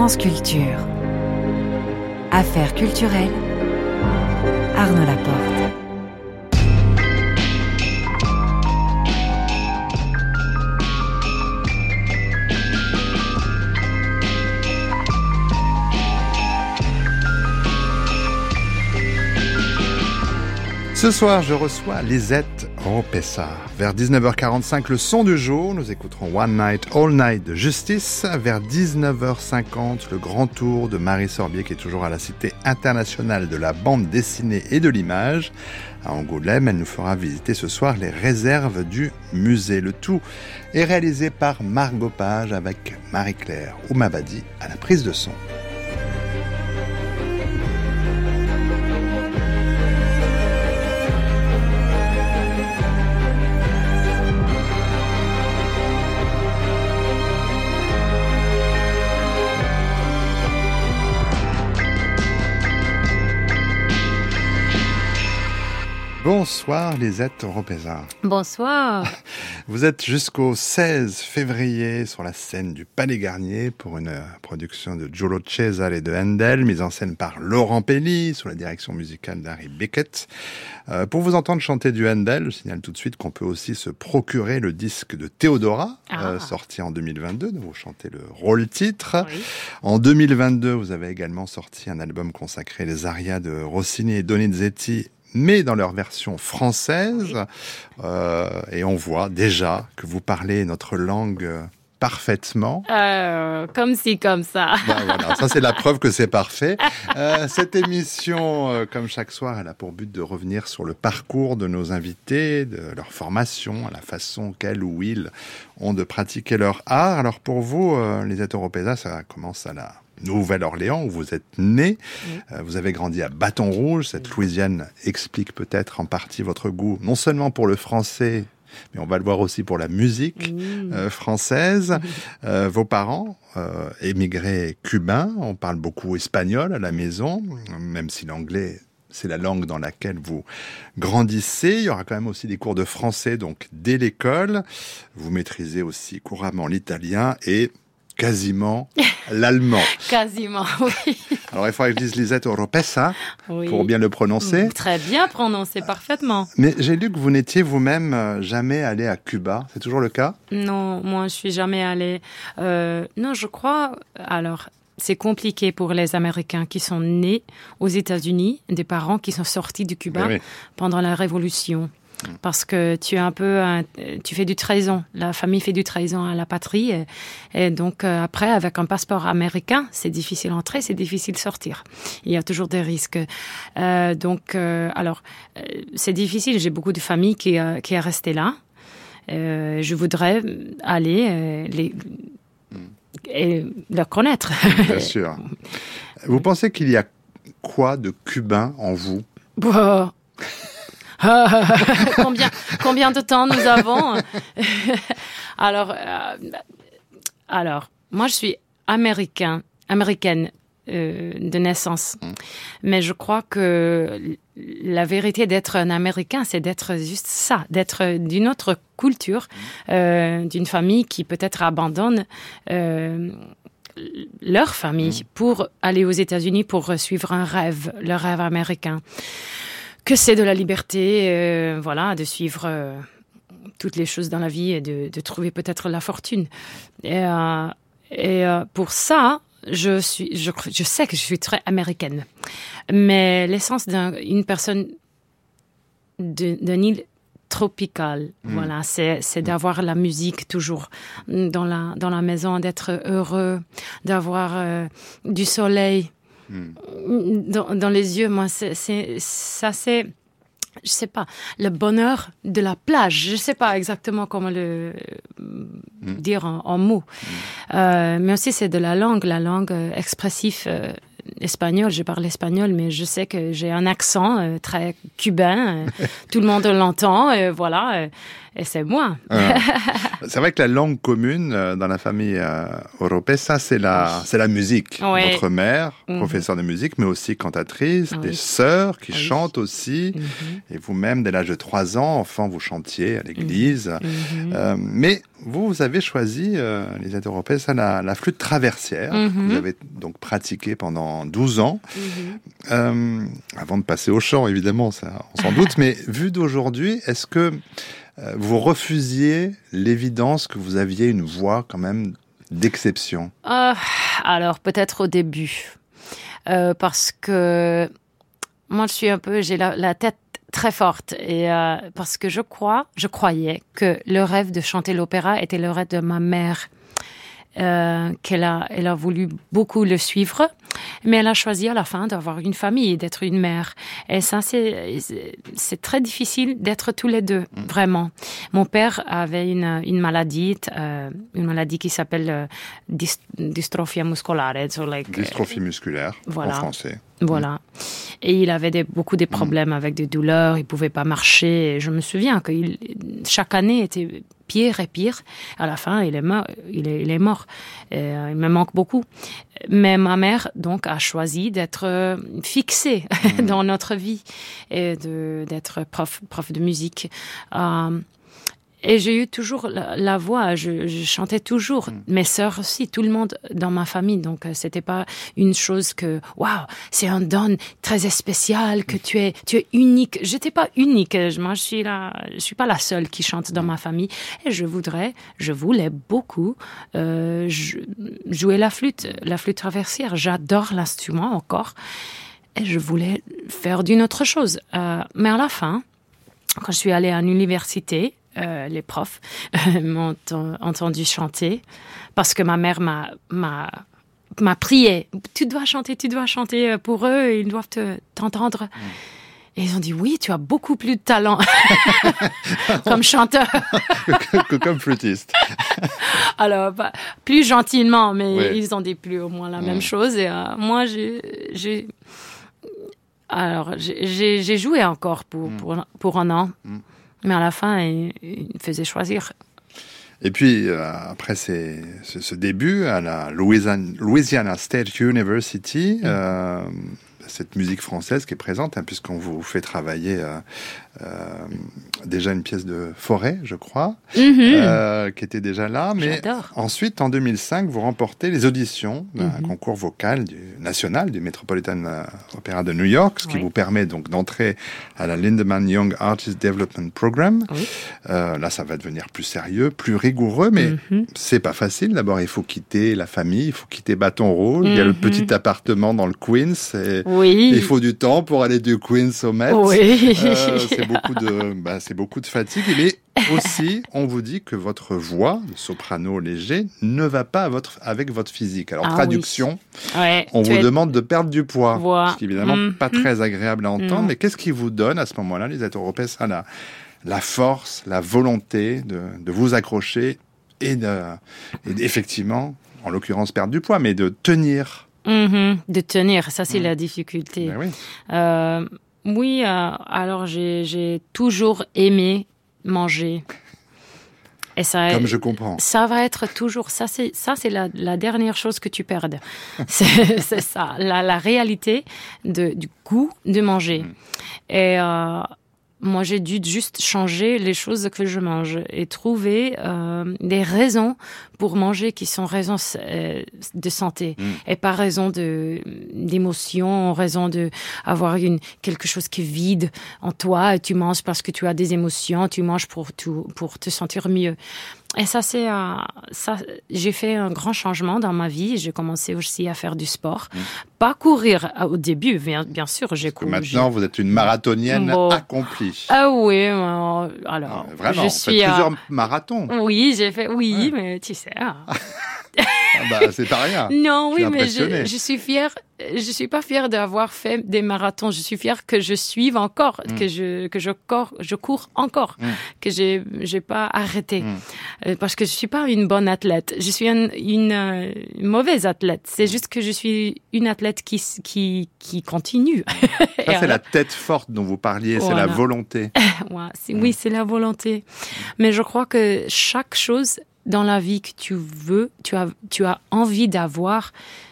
France Culture. Affaires culturelles. Arnaud Laporte. Ce soir, je reçois Lisette Oropesa. Vers 19h45, le son du jour, nous écouterons One Night, All Night de Justice. Vers 19h50, le grand tour de Marie Sorbier, qui est toujours à la Cité internationale de la bande dessinée et de l'image. À Angoulême, elle nous fera visiter ce soir les réserves du musée. Le tout est réalisé par Margot Page avec Marie-Claire Oumabadi à la prise de son. Bonsoir Lisette Oropesa. Bonsoir. Vous êtes jusqu'au 16 février sur la scène du Palais Garnier pour une production de Giulio Cesare et de Handel, mise en scène par Laurent Pelli, sous la direction musicale d'Harry Beckett. Pour vous entendre chanter du Handel, je signale tout de suite qu'on peut aussi se procurer le disque de Théodora, sorti en 2022, dont vous chantez le rôle-titre. Oui. En 2022, vous avez également sorti un album consacré aux arias de Rossini et Donizetti, mais dans leur version française. Et on voit déjà que vous parlez notre langue parfaitement. Comme ci, comme ça. Voilà, ça c'est la preuve que c'est parfait. Cette émission, comme chaque soir, elle a pour but de revenir sur le parcours de nos invités, de leur formation, la façon qu'elles ou ils ont de pratiquer leur art. Alors pour vous, Lisette Oropesa, ça commence à la Nouvelle-Orléans, où vous êtes né. Vous avez grandi à Bâton Rouge. Cette Louisiane explique peut-être en partie votre goût, non seulement pour le français, mais on va le voir aussi pour la musique française. Vos parents, émigrés cubains, on parle beaucoup espagnol à la maison, même si l'anglais, c'est la langue dans laquelle vous grandissez. Il y aura quand même aussi des cours de français, donc dès l'école. Vous maîtrisez aussi couramment l'italien et quasiment l'allemand. Quasiment, oui. Alors, il faudrait que je dise Lisette Oropesa, pour bien le prononcer. Très bien prononcé, parfaitement. Mais j'ai lu que vous n'étiez vous-même jamais allé à Cuba. C'est toujours le cas ? Non, moi, je suis jamais allée. Non, je crois... Alors, c'est compliqué pour les Américains qui sont nés aux États-Unis, des parents qui sont sortis du Cuba pendant la Révolution. Parce que tu fais du trahison. La famille fait du trahison à la patrie. Et donc, après, avec un passeport américain, c'est difficile d'entrer, c'est difficile de sortir. Il y a toujours des risques. Alors, c'est difficile. J'ai beaucoup de familles qui est restée là. Je voudrais aller et leur connaître. Bien sûr. Vous pensez qu'il y a quoi de cubain en vous ? Combien de temps nous avons? Alors, moi je suis américaine de naissance, mais je crois que la vérité d'être un Américain, c'est d'être juste ça, d'être d'une autre culture, d'une famille qui peut-être abandonne leur famille pour aller aux États-Unis pour suivre un rêve, le rêve américain. Que c'est de la liberté, de suivre toutes les choses dans la vie et de trouver peut-être la fortune. Et pour ça, je sais que je suis très américaine. Mais l'essence d'une personne d'une île tropicale, c'est d'avoir la musique toujours dans la maison, d'être heureux, d'avoir du soleil. Dans les yeux, moi, je sais pas, le bonheur de la plage. Je sais pas exactement comment le dire en mots. Mais aussi, c'est de la langue expressive espagnol. Je parle espagnol, mais je sais que j'ai un accent très cubain. Tout le monde l'entend, et c'est moi. C'est vrai que la langue commune dans la famille Oropesa, c'est la musique. Oui. Votre mère, professeure de musique, mais aussi cantatrice, des sœurs qui chantent aussi. Et vous-même, dès l'âge de 3 ans, enfant, vous chantiez à l'église. Mais vous avez choisi, Lisette Oropesa, la flûte traversière. Vous avez donc pratiqué pendant 12 ans. Avant de passer au chant, évidemment, ça, on s'en doute. Mais vu d'aujourd'hui, est-ce que vous refusiez l'évidence que vous aviez une voix quand même d'exception? Alors, peut-être au début. Parce que moi, j'ai la tête très forte. Et parce que je croyais que le rêve de chanter l'opéra était le rêve de ma mère. Elle a voulu beaucoup le suivre, mais elle a choisi à la fin d'avoir une famille, d'être une mère. Et ça, c'est très difficile d'être tous les deux, vraiment. Mon père avait une maladie qui s'appelle dystrophia muscolare. Dystrophie musculaire, en français. Voilà. Et il avait beaucoup de problèmes avec des douleurs, il pouvait pas marcher. Et je me souviens que chaque année était pire et pire. À la fin, il est mort. Il me manque beaucoup. Mais ma mère, donc, a choisi d'être fixée dans notre vie et d'être prof de musique. Et j'ai eu toujours la voix, je chantais toujours. Mes sœurs aussi, tout le monde dans ma famille. Donc, c'était pas une chose que, waouh, c'est un don très spécial, que tu es unique. J'étais pas unique. Moi, je suis pas la seule qui chante dans ma famille. Et je voulais beaucoup jouer la flûte traversière. J'adore l'instrument encore. Et je voulais faire d'une autre chose. Mais à la fin, quand je suis allée à l'université, les profs m'ont entendu chanter parce que ma mère m'a prié. Tu dois chanter pour eux, ils doivent t'entendre. Et ils ont dit, oui, tu as beaucoup plus de talent comme chanteur. que comme flûtiste. Alors, plus gentiment, mais ils ont dit plus ou moins la même chose. Et moi, j'ai joué encore pour un an. Mais à la fin, il me faisait choisir. Et puis, après ce début à la Louisiana State University, cette musique française qui est présente, puisqu'on vous fait travailler déjà une pièce de Forêt, je crois, qui était déjà là. Mais j'adore. Ensuite, en 2005, vous remportez les auditions d'un concours vocal national du Metropolitan Opera de New York, ce qui vous permet donc d'entrer à la Lindemann Young Artist Development Program. Là, ça va devenir plus sérieux, plus rigoureux, mais c'est pas facile. D'abord, il faut quitter la famille, il faut quitter Bâton Rouge, il y a le petit appartement dans le Queens, et il faut du temps pour aller du Queens au Met. C'est beaucoup de fatigue, mais aussi, on vous dit que votre voix, le soprano léger, ne va pas avec votre physique. Alors, traduction, on vous demande de perdre du poids, ce qui est évidemment pas très agréable à entendre, mais qu'est-ce qui vous donne à ce moment-là, Lisette Oropesa, la force, la volonté de vous accrocher et effectivement, en l'occurrence, perdre du poids, mais de tenir. De tenir, ça c'est la difficulté. Ben oui, alors j'ai toujours aimé manger. Et ça, comme je comprends. Ça va être toujours, ça c'est la dernière chose que tu perdes. C'est ça, la réalité du goût de manger. Et moi, j'ai dû juste changer les choses que je mange et trouver des raisons pour manger qui sont raisons de santé et pas raisons d'émotion, raison de avoir quelque chose qui est vide en toi et tu manges parce que tu as des émotions, tu manges pour te sentir mieux. Et ça, j'ai fait un grand changement dans ma vie. J'ai commencé aussi à faire du sport. Pas courir au début, bien sûr. J'ai couru. Maintenant, vous êtes une marathonienne accomplie. Ah oui, alors. Vraiment, vous faites plusieurs marathons. Oui, j'ai fait, mais tu sais. C'est pas rien. Non, oui, mais je suis fière. Je suis pas fière d'avoir fait des marathons. Je suis fière que je suive encore, que je cours encore, que j'ai pas arrêté. Parce que je suis pas une bonne athlète. Je suis une mauvaise athlète. C'est juste que je suis une athlète qui continue. Ça, c'est la tête forte dont vous parliez, c'est la volonté. Oui, c'est la volonté. Mais je crois que chaque chose dans la vie que tu veux, tu as envie d'avoir,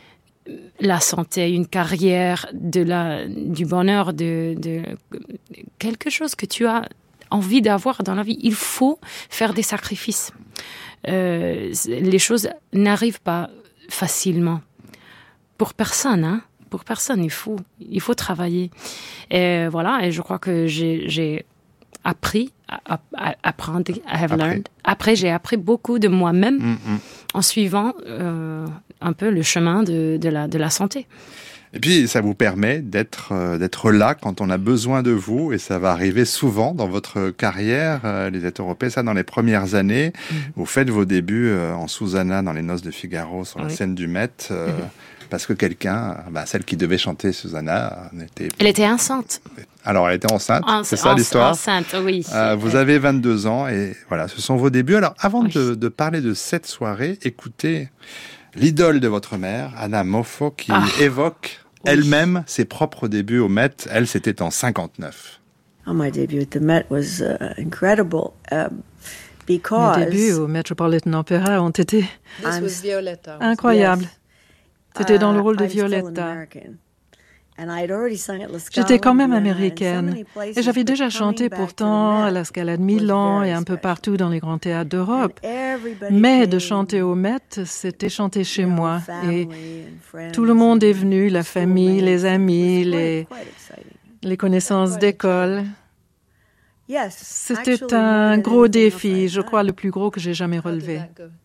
la santé, une carrière, du bonheur, de quelque chose que tu as envie d'avoir dans la vie. Il faut faire des sacrifices. Les choses n'arrivent pas facilement. Pour personne, hein. Pour personne, il faut travailler. Et voilà, et je crois que j'ai appris, Après, j'ai appris beaucoup de moi-même en suivant un peu le chemin de la santé. Et puis, ça vous permet d'être là quand on a besoin de vous, et ça va arriver souvent dans votre carrière, les êtres européens, ça dans les premières années. Vous faites vos débuts en Susanna dans Les Noces de Figaro sur la scène du Met, parce que quelqu'un, celle qui devait chanter Susanna, Elle était enceinte. Alors, elle était enceinte, c'est ça l'histoire? Enceinte, oui. Vous avez 22 ans, et voilà, ce sont vos débuts. Alors, avant de parler de cette soirée, écoutez l'idole de votre mère, Anna Moffo, qui évoque elle-même ses propres débuts au Met. Elle, c'était en 59. Oh, my debut at the Met was incredible because... Mes débuts au Metropolitan Opera ont été incroyables. Yes. C'était dans le rôle de Violetta. J'étais quand même américaine et j'avais déjà chanté pourtant à la Scala de Milan et un peu partout dans les grands théâtres d'Europe. Mais de chanter au Met, c'était chanter chez moi. Et tout le monde est venu, la famille, les amis, les connaissances d'école. C'était un gros défi, je crois le plus gros que j'ai jamais relevé.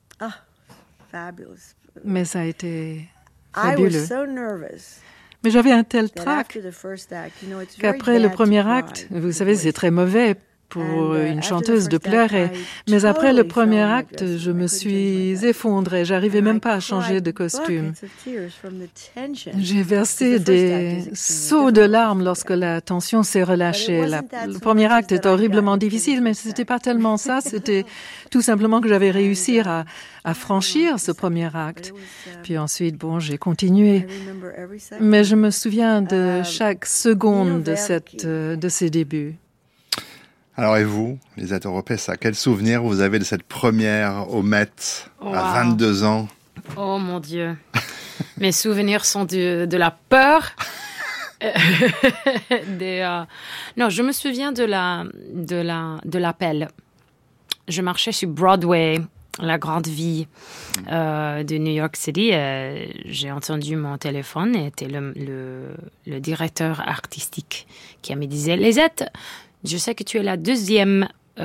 Mais ça a été fabuleux. Mais j'avais un tel trac qu'après le premier acte, vous savez, c'est très mauvais pour une chanteuse de pleurer. Mais après le premier acte, je me suis effondrée. J'arrivais même pas à changer de costume. J'ai versé des seaux de larmes lorsque la tension s'est relâchée. Le premier acte était horriblement difficile, mais c'était pas tellement ça. C'était tout simplement que j'avais réussi à franchir ce premier acte. Puis ensuite, j'ai continué. Mais je me souviens de chaque seconde de ces débuts. Alors, et vous, Lisette Oropesa, quel souvenir vous avez de cette première au Met à 22 ans? Oh mon Dieu. Mes souvenirs sont de la peur. Non, je me souviens de l'appel. Je marchais sur Broadway, la grande vie de New York City. J'ai entendu mon téléphone et c'était le directeur artistique qui me disait « Lisette, je sais que tu es la deuxième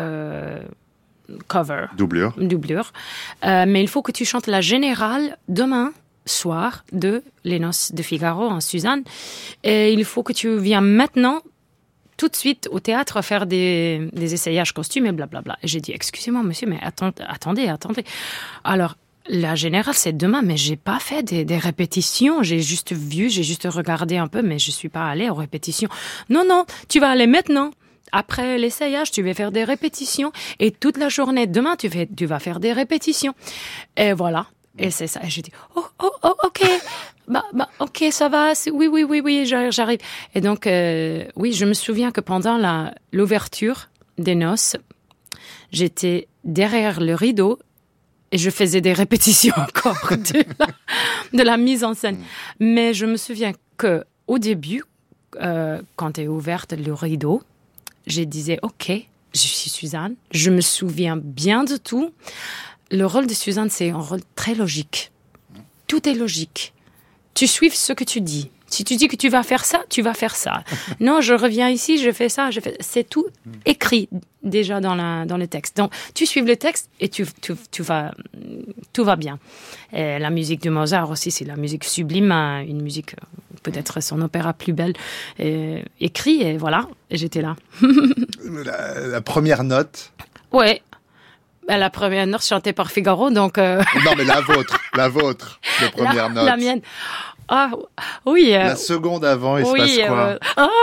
cover. Doublure. Mais il faut que tu chantes la générale demain soir de Les Noces de Figaro en Suzanne. Et il faut que tu viennes maintenant, tout de suite, au théâtre, faire des essayages costumes et blablabla. Et j'ai dit, excusez-moi, monsieur, mais attendez. Alors, la générale, c'est demain, mais j'ai pas fait des répétitions. J'ai juste regardé un peu, mais je suis pas allée aux répétitions. Non, tu vas aller maintenant. Après l'essayage, tu vas faire des répétitions et toute la journée, demain, tu vas faire des répétitions. Et voilà. Et c'est ça. Et j'ai dit, ok. Ok, ça va. Oui, j'arrive. Et donc, oui, je me souviens que pendant l'ouverture des noces, j'étais derrière le rideau et je faisais des répétitions encore de la mise en scène. Mais je me souviens que au début, quand est ouverte le rideau, je disais, ok, je suis Suzanne, je me souviens bien de tout. Le rôle de Suzanne, c'est un rôle très logique. Tout est logique. Tu suives ce que tu dis. Si tu dis que tu vas faire ça, tu vas faire ça. Non, je reviens ici, je fais ça, c'est tout écrit déjà dans le texte. Donc, tu suives le texte et tout va bien. Et la musique de Mozart aussi, c'est la musique sublime, une musique, peut-être son opéra plus belle, écrit, et voilà, et j'étais là. La première note. Ouais. La première note chantée par Figaro, donc... Non, mais la vôtre, la première note. La mienne. Ah, oui. La seconde avant, il se passe quoi?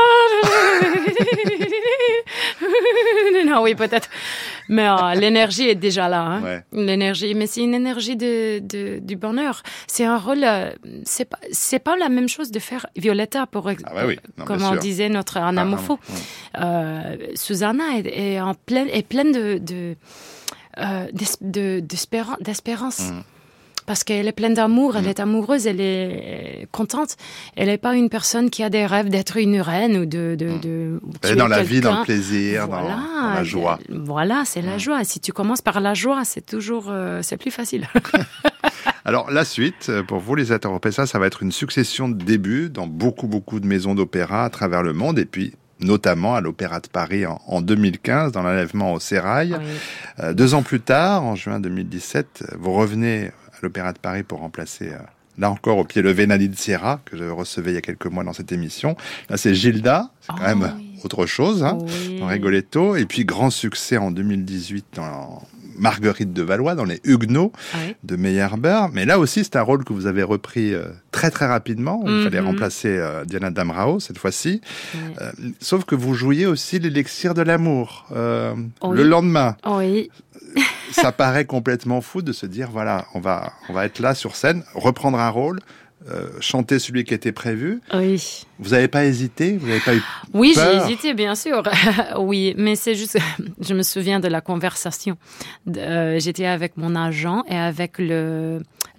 Non, oui, peut-être. Mais l'énergie est déjà là. Hein. Ouais. L'énergie, mais c'est une énergie du bonheur. C'est un rôle... c'est pas la même chose de faire Violetta, comme on disait notre Anna Moffo. Susanna est pleine d'espérance. Parce qu'elle est pleine d'amour, elle est amoureuse, elle est contente. Elle n'est pas une personne qui a des rêves d'être une reine ou de elle est dans la vie, dans le plaisir, dans la joie. Voilà, c'est la joie. Et si tu commences par la joie, c'est toujours, c'est plus facile. Alors, la suite, pour vous, les Ataropessa, ça va être une succession de débuts dans beaucoup de maisons d'opéra à travers le monde. Et puis, notamment à l'Opéra de Paris en 2015, dans l'enlèvement au Sérail. Oui. 2 ans plus tard, en juin 2017, vous revenez à l'Opéra de Paris pour remplacer, là encore, au pied levé, Nadine Sierra, que je recevais il y a quelques mois dans cette émission. Là, c'est Gilda, c'est quand même autre chose, dans Rigoletto. Et puis, grand succès en 2018 dans Marguerite de Valois, dans les Huguenots de Meyerbeer. Mais là aussi, c'est un rôle que vous avez repris très rapidement. Il fallait remplacer Diana Damrau cette fois-ci. Sauf que vous jouiez aussi l'élixir de l'amour le lendemain. Oui. Ça paraît complètement fou de se dire, voilà, on va être là sur scène, reprendre un rôle, chanter celui qui était prévu. Oui. Vous n'avez pas hésité? Vous n'avez pas eu peur? Oui, j'ai hésité, bien sûr. Oui, mais c'est juste, je me souviens de la conversation. J'étais avec mon agent et avec le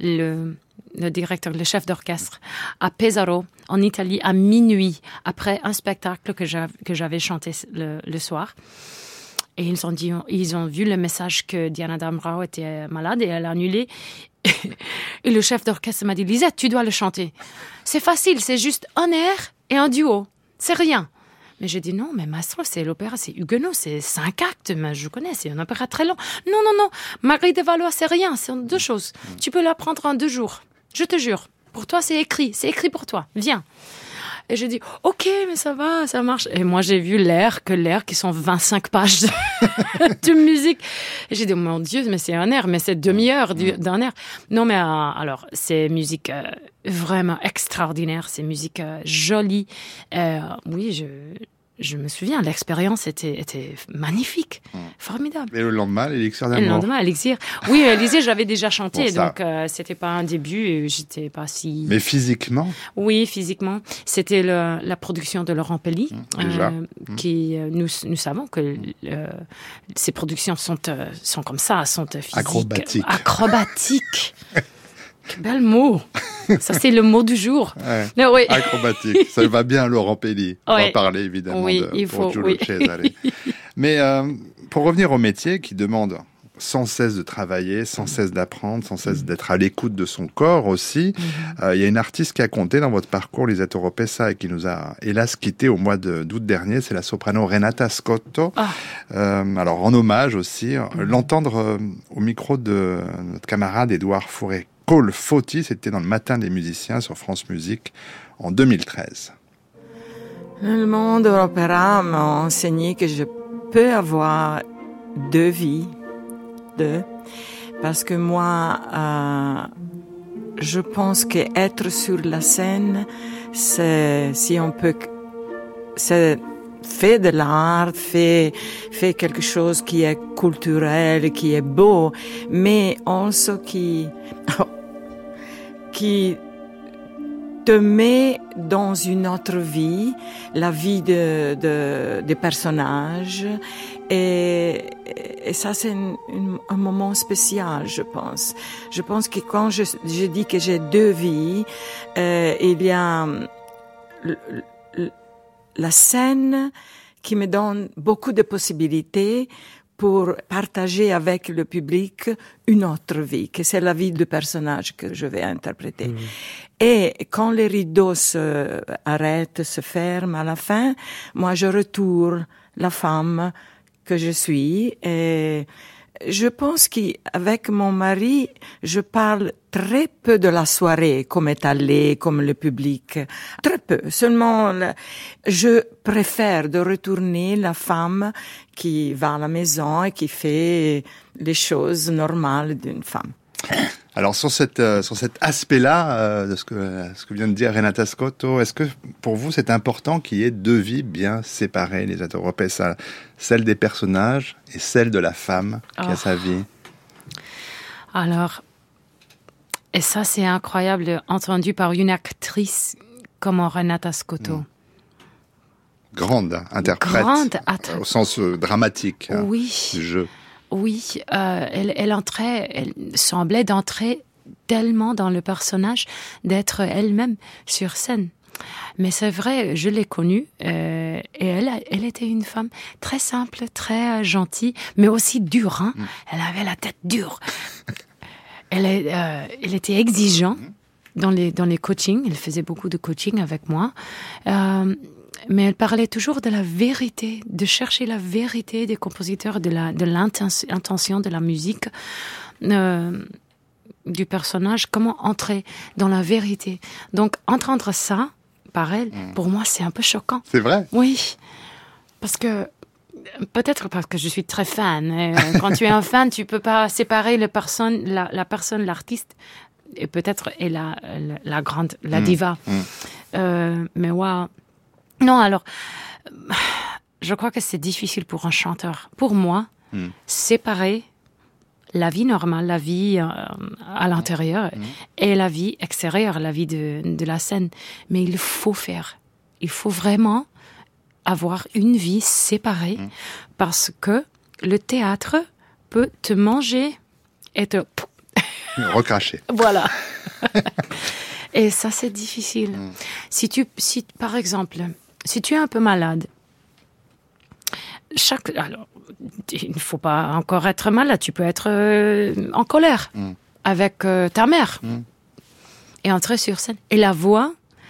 directeur, le chef d'orchestre, à Pesaro, en Italie, à minuit, après un spectacle que j'avais chanté le soir. Et ils ont vu le message que Diana Damrau était malade et elle a annulé. Et le chef d'orchestre m'a dit, Lisette, tu dois le chanter. C'est facile, c'est juste un air et un duo. C'est rien. Mais j'ai dit, non, mais maestro, c'est l'opéra, c'est Huguenot, c'est 5 actes, mais je connais, c'est un opéra très long. Non, Marguerite de Valois, c'est rien, c'est 2 choses. Tu peux l'apprendre en 2 jours, je te jure. Pour toi, c'est écrit pour toi, viens. Et j'ai dit, ok, mais ça va, ça marche. Et moi, j'ai vu l'air qui sont 25 pages de musique. Et j'ai dit, mon Dieu, mais c'est un air, mais c'est demi-heure d'un air. Non, mais alors, c'est musique vraiment extraordinaire, c'est musique jolie. Oui, je me souviens, l'expérience était magnifique, formidable. Et le lendemain, l'élixir d'amour. Le lendemain, l'élixir. Oui, l'élixir, j'avais déjà chanté, donc c'était pas un début, j'étais pas si... Mais physiquement? Oui, physiquement. C'était la production de Laurent Pelli, qui nous savons que ces productions sont comme ça, sont physiques. Acrobatiques. Quel bel mot. Ça, c'est le mot du jour. Ouais. Mais oui. Acrobatique. Ça va bien, Laurent Pelli. On va parler, évidemment, pour Giulio Cesare. Mais pour revenir au métier qui demande sans cesse de travailler, sans cesse d'apprendre, sans cesse d'être à l'écoute de son corps aussi, il y a une artiste qui a compté dans votre parcours, les Ataropessa, et qui nous a hélas quitté au mois d'août dernier, c'est la soprano Renata Scotto. Alors, en hommage aussi, l'entendre au micro de notre camarade Édouard Fouré. Cole Fauti, c'était dans le Matin des musiciens sur France Musique en 2013. Le monde de l'opéra m'a enseigné que je peux avoir 2 vies, parce que moi, je pense qu'être sur la scène, c'est fait de l'art, fait quelque chose qui est culturel, qui est beau, mais also qui te met dans une autre vie, la vie des personnages, et ça c'est un moment spécial, je pense. Je pense que quand je dis que j'ai 2 vies, il y a la scène qui me donne beaucoup de possibilités pour partager avec le public une autre vie, que c'est la vie du personnage que je vais interpréter. Et quand les rideaux se ferment à la fin, moi je retourne la femme que je suis, et je pense qu'avec mon mari, je parle très peu de la soirée, comme est allé, comme le public. Très peu. Seulement, je préfère de retourner la femme qui va à la maison et qui fait les choses normales d'une femme. Alors, sur cet aspect-là, de ce que vient de dire Renata Scotto, est-ce que pour vous, c'est important qu'il y ait 2 vies bien séparées, les Ataropessa, celle des personnages et celle de la femme qui a sa vie? Alors, et ça, c'est incroyable, entendu par une actrice comme Renata Scotto. Grande interprète, au sens dramatique du jeu. Oui, elle semblait d'entrer tellement dans le personnage d'être elle-même sur scène. Mais c'est vrai, je l'ai connue et elle était une femme très simple, très gentille, mais aussi dure. Hein. Elle avait la tête dure. Elle était exigeante dans les coachings. Elle faisait beaucoup de coaching avec moi. Mais elle parlait toujours de la vérité, de chercher la vérité des compositeurs, de l'intention de la musique, du personnage, comment entrer dans la vérité. Donc, entendre ça par elle, pour moi, c'est un peu choquant. C'est vrai? Oui, peut-être parce que je suis très fan. Quand tu es un fan, tu peux pas séparer la personne, l'artiste, et peut-être la grande, la diva. Mais waouh. Non, alors, je crois que c'est difficile pour un chanteur. Pour moi, séparer la vie normale, la vie à l'intérieur et la vie extérieure, la vie de la scène. Mais il faut vraiment avoir une vie séparée parce que le théâtre peut te manger et te... recracher. Voilà. Et ça, c'est difficile. Par exemple, si tu es un peu malade, alors, il ne faut pas encore être malade, tu peux être en colère avec ta mère et entrer sur scène. Et la voix,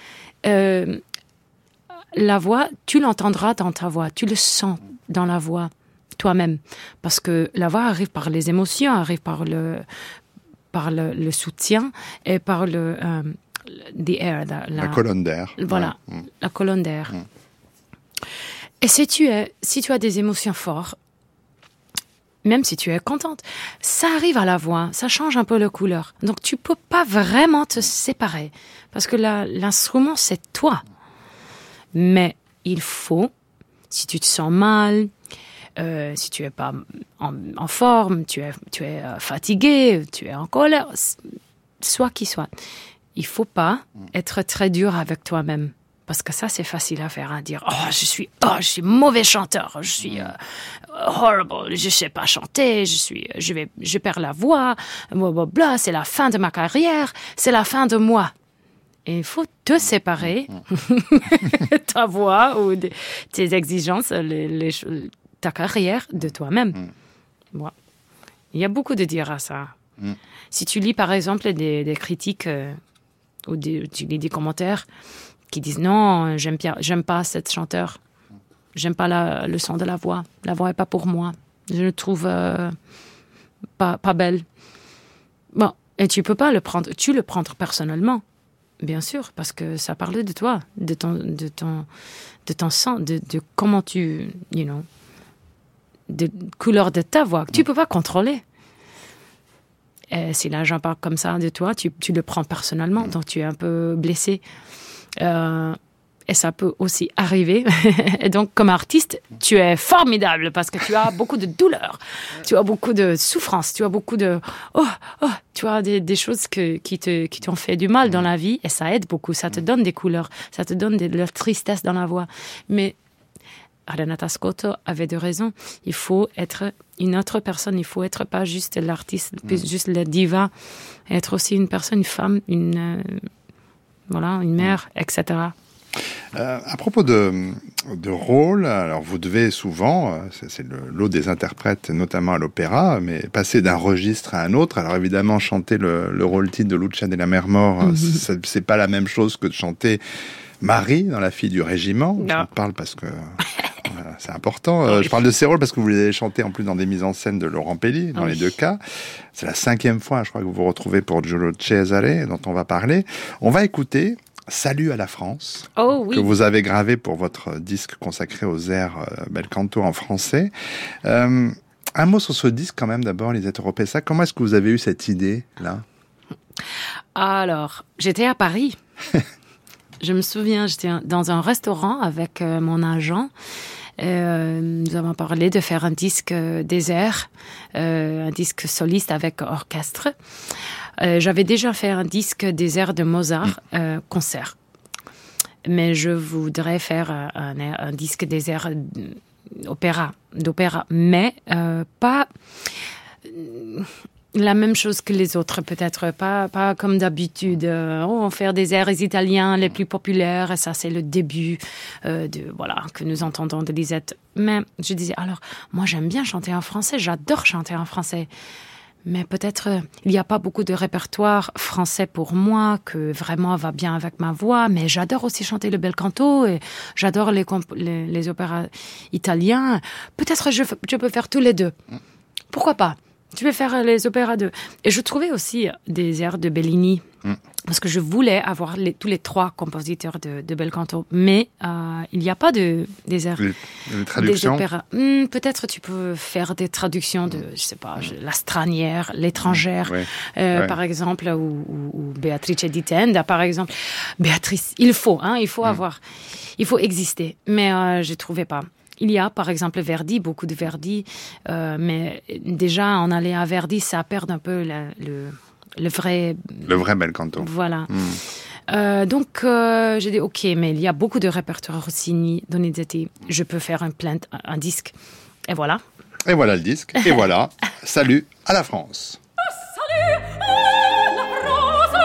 tu l'entendras dans ta voix, tu le sens dans la voix toi-même. Parce que la voix arrive par les émotions, arrive par le soutien et par la colonne d'air. Voilà, la colonne d'air. Et si tu as des émotions fortes, même si tu es contente, ça arrive à la voix, ça change un peu la couleur. Donc tu peux pas vraiment te séparer parce que l'instrument c'est toi. Mais il faut, si tu te sens mal, si tu es pas en forme, tu es fatigué, tu es en colère, soit qui soit, il faut pas être très dur avec toi-même. Parce que ça, c'est facile à faire, à dire « je suis mauvais chanteur, je suis horrible, je sais pas chanter, je perds la voix, blablabla, c'est la fin de ma carrière, c'est la fin de moi. » Et il faut te séparer, ta voix ou tes exigences, ta carrière de toi-même. Bon. Il y a beaucoup de dire à ça. Si tu lis, par exemple, des critiques ou tu lis des commentaires qui disent non, j'aime pas cette chanteur, j'aime pas le son de la voix est pas pour moi, je le trouve pas belle. Bon, et tu peux pas le prendre personnellement, bien sûr, parce que ça parlait de toi, de ton sang, de comment de couleur de ta voix que tu peux pas contrôler. Et si là j'en parle comme ça de toi, tu le prends personnellement, donc tu es un peu blessé. Et ça peut aussi arriver. Et donc, comme artiste, tu es formidable parce que tu as beaucoup de douleur, tu as beaucoup de souffrance, tu as beaucoup de tu as des choses qui t'ont fait du mal dans la vie et ça aide beaucoup. Ça te donne des couleurs, ça te donne de la tristesse dans la voix. Mais Renata Scotto avait de raison. Il faut être une autre personne. Il faut être pas juste l'artiste, juste la diva. Être aussi une personne, une femme, une mère, etc. À propos de rôle, alors vous devez souvent, c'est le lot des interprètes, notamment à l'opéra, mais passer d'un registre à un autre. Alors évidemment, chanter le rôle titre de Lucia della Mermor, c'est pas la même chose que de chanter Marie dans La fille du régiment. Je parle parce que c'est important. Je parle de ces rôles parce que vous les avez chantés en plus dans des mises en scène de Laurent Pelli, dans les deux cas. C'est la 5e fois, je crois, que vous vous retrouvez pour Giulio Cesare, dont on va parler. On va écouter Salut à la France, que vous avez gravé pour votre disque consacré aux airs bel canto en français. Un mot sur ce disque quand même d'abord, Lisette Oropesa. Comment est-ce que vous avez eu cette idée-là? Alors, j'étais à Paris. Je me souviens, j'étais dans un restaurant avec mon agent. Nous avons parlé de faire un disque des airs, un disque soliste avec orchestre. J'avais déjà fait un disque des airs de Mozart, concert. Mais je voudrais faire un disque des airs d'opéra, mais pas la même chose que les autres, peut-être pas comme d'habitude. On va faire des airs italiens les plus populaires, et ça c'est le début que nous entendons de Lisette. Mais je disais, alors, moi j'aime bien chanter en français, j'adore chanter en français. Mais peut-être il n'y a pas beaucoup de répertoire français pour moi que vraiment va bien avec ma voix. Mais j'adore aussi chanter le bel canto et j'adore les opéras italiens. Peut-être je peux faire tous les deux. Pourquoi pas? Je vais faire les opéras d'eux. Et je trouvais aussi des airs de Bellini. Parce que je voulais avoir tous les trois compositeurs de bel canto. Mais il n'y a pas des airs. Les traductions. Des opéras. Peut-être tu peux faire des traductions de, je sais pas, La Stranière, L'étrangère, par exemple, ou Beatrice di Tenda, par exemple. Béatrice, il faut avoir, il faut exister. Mais je trouvais pas. Il y a, par exemple, Verdi, beaucoup de Verdi, mais déjà, en allant à Verdi, ça perd un peu le vrai bel canto. Voilà. Donc, j'ai dit, OK, mais il y a beaucoup de répertoire Rossini, Donizetti. Je peux faire un disque. Et voilà. Et voilà le disque. Et voilà. Salut à la France. Salut à la France.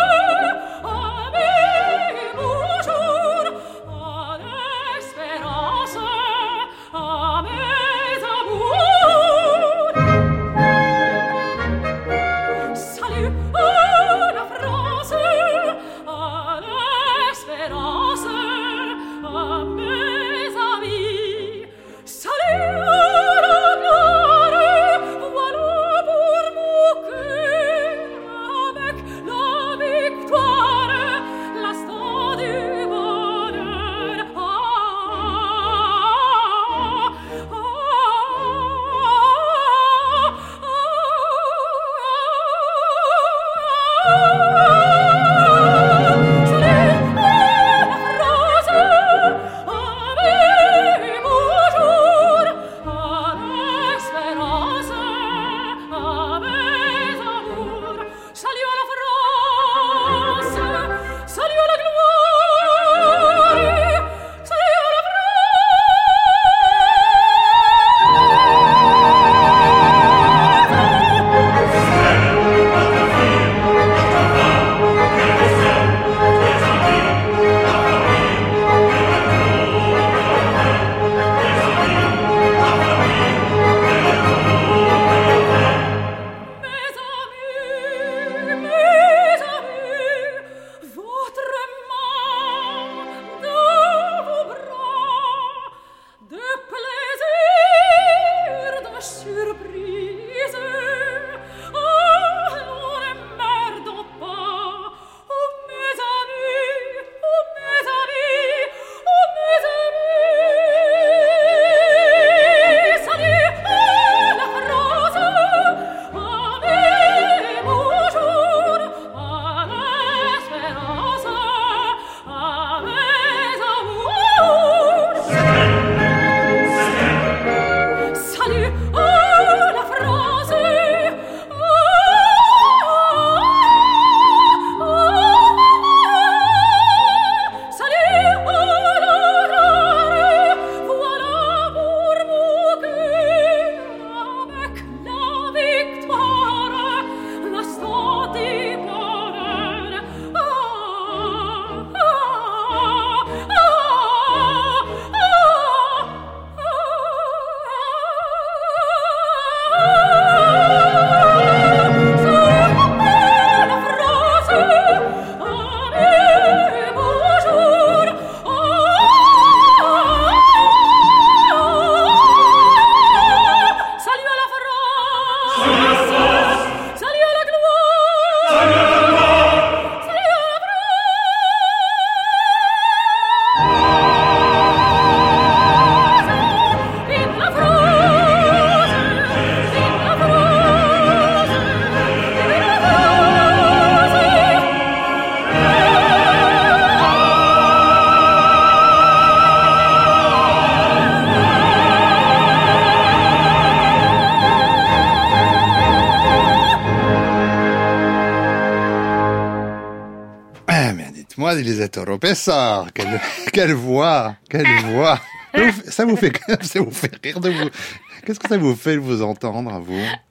moi, Lisette Oropesa, quelle voix, quelle voix. Ça vous fait rire de vous. Qu'est-ce que ça vous fait de vous entendre, à vous?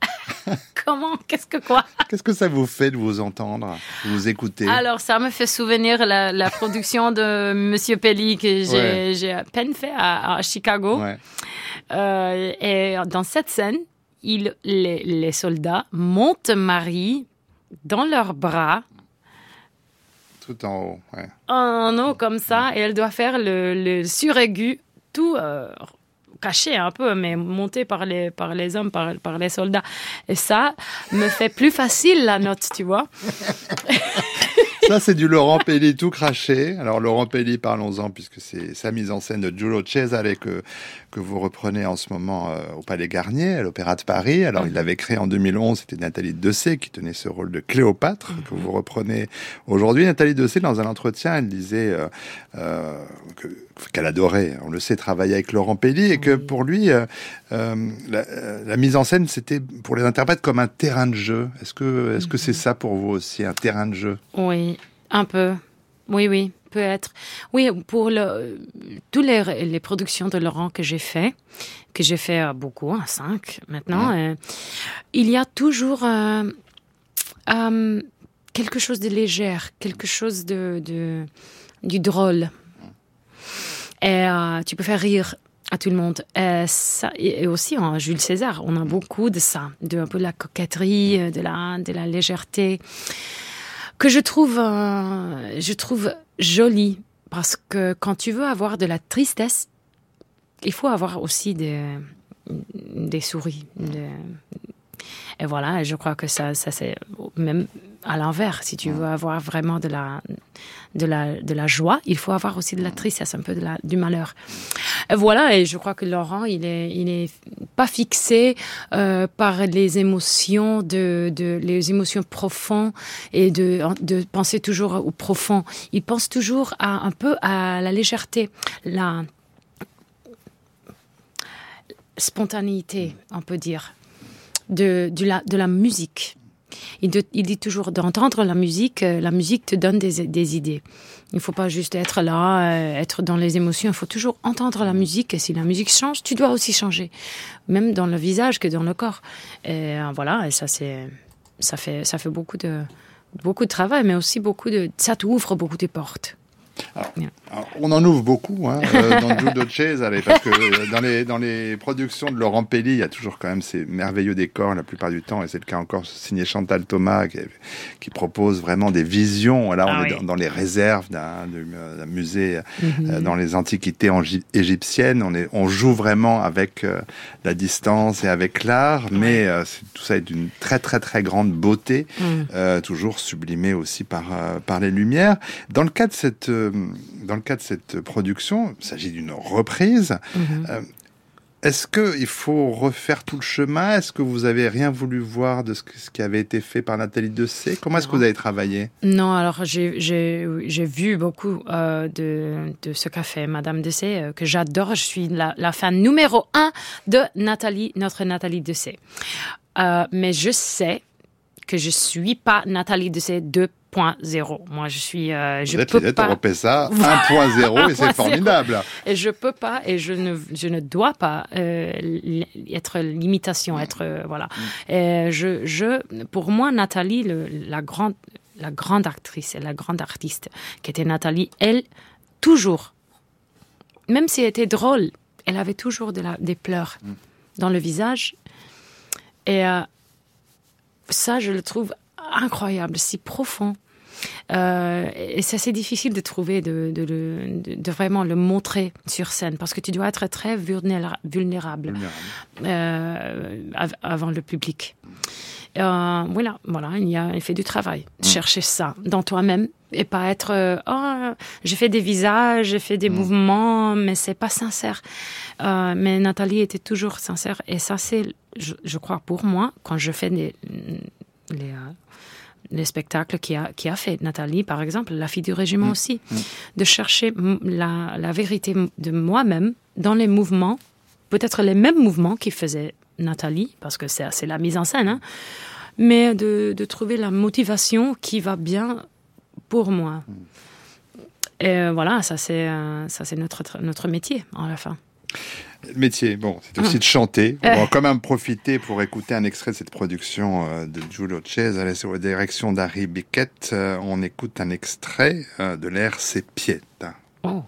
Comment? Qu'est-ce que quoi? Qu'est-ce que ça vous fait de vous entendre, de vous écouter? Alors, ça me fait souvenir la production de Monsieur Pelli que j'ai à peine fait à Chicago. Ouais. Et dans cette scène, les soldats montent Marie dans leurs bras. Tout en haut, ouais. En haut, comme ça, et elle doit faire le suraigu, tout caché un peu, mais monté par les hommes, par les soldats. Et ça me fait plus facile la note, tu vois. Ça, c'est du Laurent Pelli tout craché. Alors, Laurent Pelli, parlons-en, puisque c'est sa mise en scène de Giulio Cesare que vous reprenez en ce moment au Palais Garnier, à l'Opéra de Paris. Alors, il l'avait créé en 2011. C'était Nathalie Dessay qui tenait ce rôle de Cléopâtre, que vous reprenez aujourd'hui. Nathalie Dessay, dans un entretien, elle disait qu'elle adorait, on le sait, travailler avec Laurent Pelli, et que pour lui, la mise en scène, c'était pour les interprètes comme un terrain de jeu. Est-ce que c'est ça pour vous aussi, un terrain de jeu? Oui, un peu. Oui, peut-être. Oui, pour toutes les productions de Laurent que j'ai fait beaucoup, 5 maintenant, il y a toujours quelque chose de léger, quelque chose du drôle. Et tu peux faire rire à tout le monde. Et aussi en Jules César, on a beaucoup de ça, un peu de la coquetterie, de la légèreté, que je trouve jolie, parce que quand tu veux avoir de la tristesse, il faut avoir aussi des souris. Et voilà, je crois que ça c'est même à l'envers. Si tu veux avoir vraiment de la joie, il faut avoir aussi de la tristesse, un peu du malheur. Et voilà, et je crois que Laurent, il est pas fixé par les émotions les émotions profondes et de penser toujours au profond. Il pense toujours un peu à la légèreté, la spontanéité, on peut dire, de la musique. Il dit toujours d'entendre la musique te donne des idées. Il ne faut pas juste être là, être dans les émotions. Il faut toujours entendre la musique. Et si la musique change, tu dois aussi changer. Même dans le visage que dans le corps. Et voilà, et ça fait beaucoup de travail, mais aussi ça t'ouvre beaucoup de portes. Alors, on en ouvre beaucoup dans Giulio Cesare, parce que dans les productions de Laurent Pelli, il y a toujours quand même ces merveilleux décors la plupart du temps, et c'est le cas encore signé Chantal Thomas qui propose vraiment des visions. Là, on est dans les réserves d'un musée dans les antiquités égyptiennes. On joue vraiment avec la distance et avec l'art, mais tout ça est d'une très très très grande beauté, toujours sublimé aussi par les lumières. Dans le cas de cette production, il s'agit d'une reprise. Est-ce qu'il faut refaire tout le chemin? Est-ce que vous avez rien voulu voir de ce qui avait été fait par Nathalie Dessay? Comment est-ce que vous avez travaillé? Non, alors j'ai vu beaucoup de ce qu'a fait Madame Dessay, que j'adore. Je suis la fan numéro 1 de notre Nathalie Dessay. Mais je sais que je suis pas Nathalie Dessay 2.0. Moi, je suis... vous êtes européen ça 1.0 et c'est formidable. Et je peux pas, et je ne dois pas être l'imitation, voilà. Et pour moi, Nathalie, la grande actrice et la grande artiste qui était Nathalie, elle, toujours, même si elle était drôle, elle avait toujours des pleurs dans le visage. Et ça, je le trouve incroyable, si profond. Et c'est assez difficile de trouver, de vraiment le montrer sur scène, parce que tu dois être très vulnérable avant le public. Voilà, il fait du travail. Chercher ça dans toi-même et pas être j'ai fait des visages, j'ai fait des mouvements, mais c'est pas sincère. Mais Nathalie était toujours sincère, et ça c'est, je crois, pour moi, quand je fais les spectacles qui a fait Nathalie, par exemple, La fille du régiment aussi, de chercher la vérité de moi-même dans les mouvements, peut-être les mêmes mouvements qui faisait Nathalie, parce que c'est la mise en scène, mais de trouver la motivation qui va bien pour moi. Et voilà, ça c'est notre métier, à la fin. Le métier, bon, c'est aussi de chanter. On va quand même profiter pour écouter un extrait de cette production de Giulio Cesare sous la direction d'Harry Bickett. On écoute un extrait de l'air Se Pieta. Oh.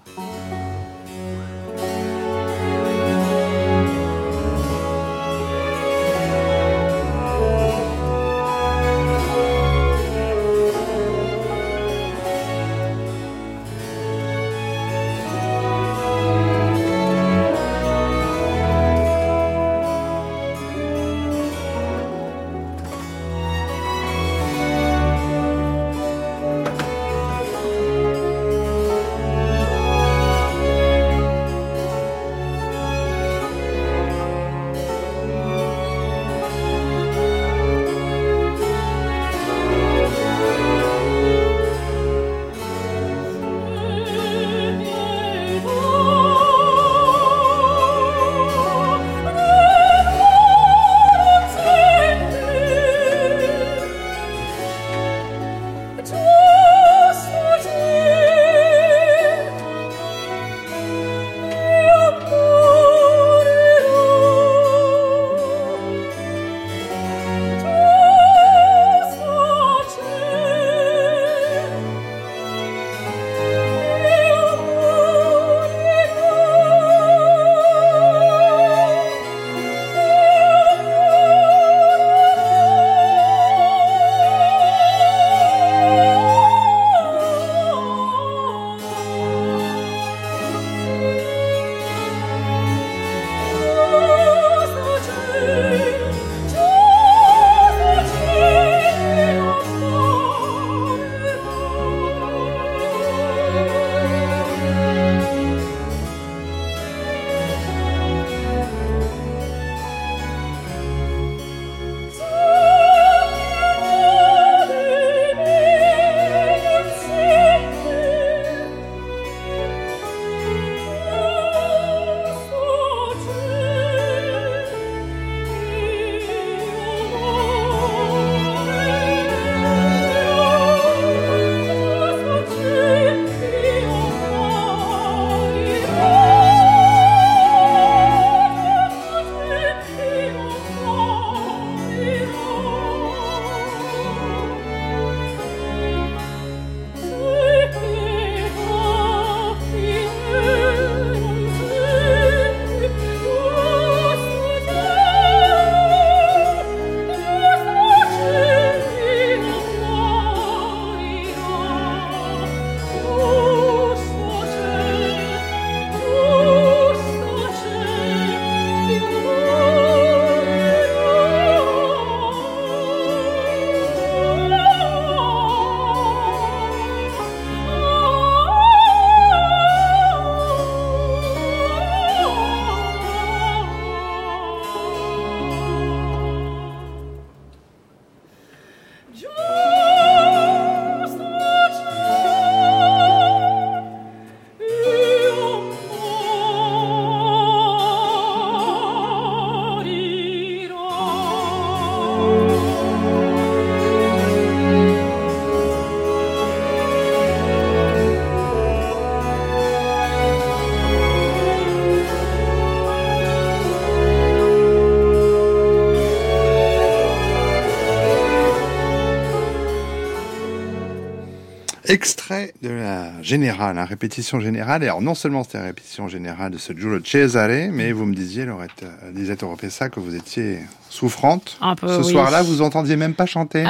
Extrait de la générale, répétition générale. Et alors, non seulement c'était la répétition générale de ce Giulio Cesare, mais vous me disiez, Lisette Oropesa, que vous étiez souffrante. Un peu, ce soir-là, vous entendiez même pas chanter.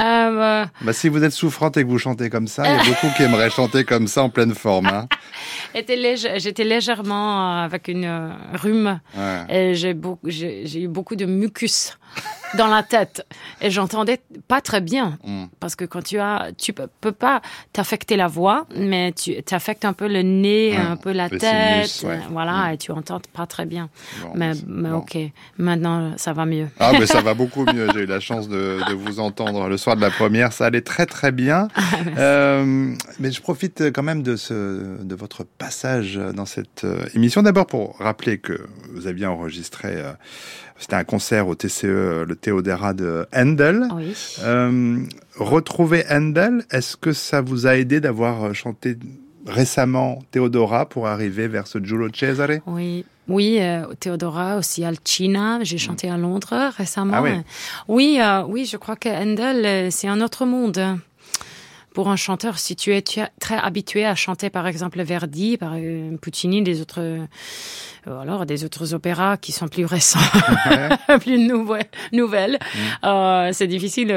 Si vous êtes souffrante et que vous chantez comme ça, il y a beaucoup qui aimeraient chanter comme ça en pleine forme. Hein. J'étais légèrement avec une rhume. Ouais. Et j'ai eu beaucoup de mucus dans la tête et j'entendais pas très bien parce que quand tu peux pas t'affecter la voix, mais tu t'affectes un peu le nez, un peu la tête, sinus, voilà, et tu entends pas très bien. Bon, mais ok, maintenant ça va mieux. Ah, mais ça va beaucoup mieux. J'ai eu la chance de vous entendre le soir de la première, ça allait très très bien. Mais je profite quand même de votre passage dans cette émission. D'abord pour rappeler que vous aviez enregistré. C'était un concert au TCE, le Theodera de Handel. Oui. Retrouver Handel, est-ce que ça vous a aidé d'avoir chanté récemment Teodora pour arriver vers ce Giulio Cesare. Oui, Teodora, aussi Alcina. J'ai chanté à Londres récemment. Ah oui, je crois que Handel, c'est un autre monde. Pour un chanteur, si tu es très habitué à chanter, par exemple, Verdi, par Puccini, des autres opéras qui sont plus récents, plus nouvelles, c'est difficile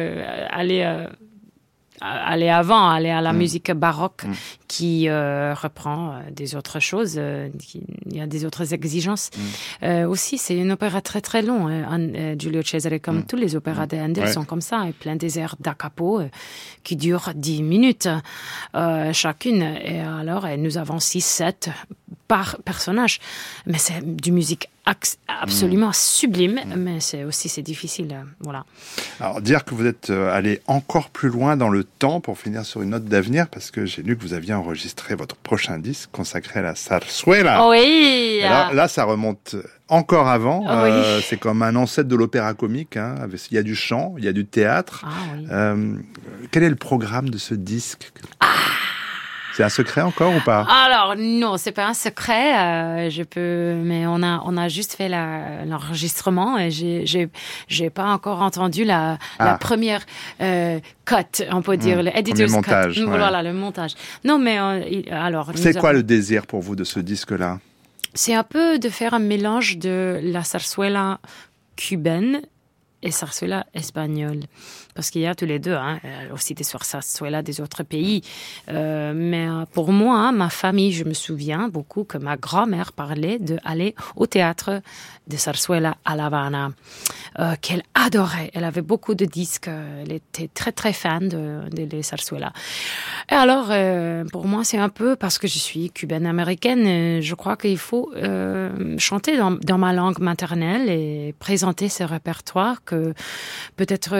aller à la musique baroque qui reprend des autres choses, il y a des autres exigences. Aussi, c'est une opéra très très long, Giulio Cesare, comme tous les opéras de Handel sont comme ça, et plein des airs da capo qui durent 10 minutes chacune. Et alors, nous avons 6-7 par personnage, mais c'est du musique absolument sublime, mais c'est difficile, voilà. Alors, dire que vous êtes allé encore plus loin dans le temps pour finir sur une note d'avenir, parce que j'ai lu que vous aviez enregistré votre prochain disque consacré à la zarzuela. Oui. Alors, là, ça remonte encore avant. Oui. C'est comme un ancêtre de l'opéra comique. Hein. Il y a du chant, il y a du théâtre. Quel est le programme de ce disque ? C'est un secret encore ou pas ? Alors non, c'est pas un secret. Mais on a juste fait l'enregistrement et j'ai pas encore entendu la première cut, on peut dire, le editor's montage, cut. Voilà, le montage. Non, mais alors. C'est quoi le désir pour vous de ce disque-là ? C'est un peu de faire un mélange de la zarzuela cubaine et zarzuela espagnole. Parce qu'il y a tous les deux, aussi des zarzuela des autres pays. Mais pour moi, ma famille, je me souviens beaucoup que ma grand-mère parlait d'aller au théâtre de zarzuela à La Habana, qu'elle adorait. Elle avait beaucoup de disques. Elle était très, très fan des zarzuela. Et alors, pour moi, c'est un peu, parce que je suis cubaine-américaine, je crois qu'il faut chanter dans ma langue maternelle et présenter ce répertoire que peut-être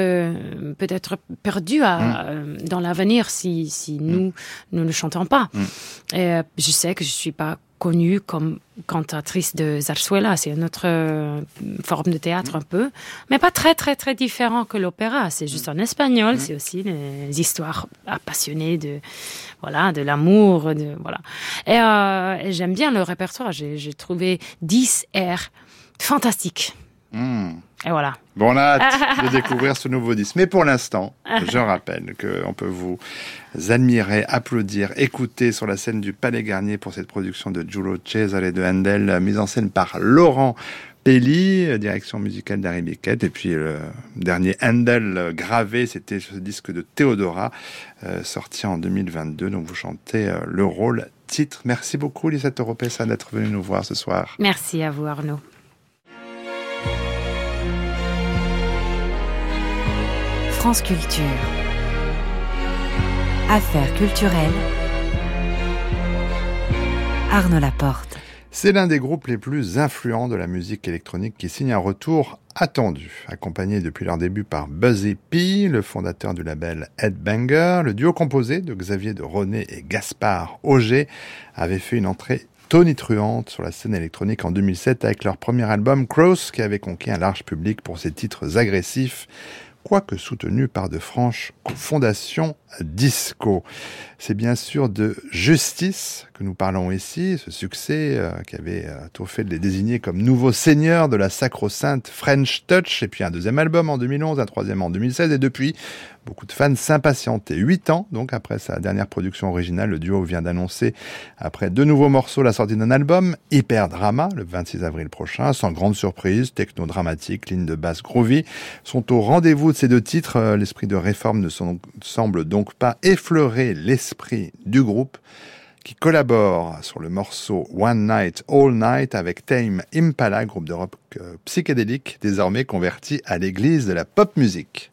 perdu dans l'avenir si nous ne le chantons pas. Et je sais que je suis pas connue comme cantatrice de zarzuela, c'est une autre forme de théâtre un peu, mais pas très très très différent que l'opéra. C'est juste en espagnol, c'est aussi des histoires passionnées de l'amour, Et j'aime bien le répertoire. J'ai trouvé 10 airs fantastiques. Et voilà. Bon, on a hâte de découvrir ce nouveau disque. Mais pour l'instant, je rappelle qu'on peut vous admirer, applaudir, écouter sur la scène du Palais Garnier pour cette production de Giulio Cesare de Handel, mise en scène par Laurent Pelli, direction musicale d'Harry Biquet. Et puis le dernier Handel gravé, c'était ce disque de Teodora, sorti en 2022. Donc vous chantez le rôle titre. Merci beaucoup, Lisette Oropesa, d'être venue nous voir ce soir. Merci à vous, Arnaud. France Culture. Affaires culturelles. Arnaud Laporte. C'est l'un des groupes les plus influents de la musique électronique qui signe un retour attendu. Accompagné depuis leur début par Buzzy P, le fondateur du label Headbanger, le duo composé de Xavier de René et Gaspard Auger avait fait une entrée tonitruante sur la scène électronique en 2007 avec leur premier album Cross, qui avait conquis un large public pour ses titres agressifs, quoique soutenu par de franches fondations disco. C'est bien sûr de Justice que nous parlons ici, ce succès qui avait tout fait de les désigner comme nouveaux seigneurs de la sacro-sainte French Touch, et puis un deuxième album en 2011, un troisième en 2016, et depuis, beaucoup de fans s'impatientaient. 8 ans, donc, après sa dernière production originale, le duo vient d'annoncer, après 2 nouveaux morceaux, la sortie d'un album, Hyper Drama, le 26 avril prochain. Sans grande surprise, techno-dramatique, ligne de basse groovy, sont au rendez-vous de ces 2 titres. L'esprit de réforme ne semble donc pas effleurer l'esprit du groupe, qui collabore sur le morceau One Night, All Night avec Tame Impala, groupe de rock psychédélique, désormais converti à l'église de la pop music.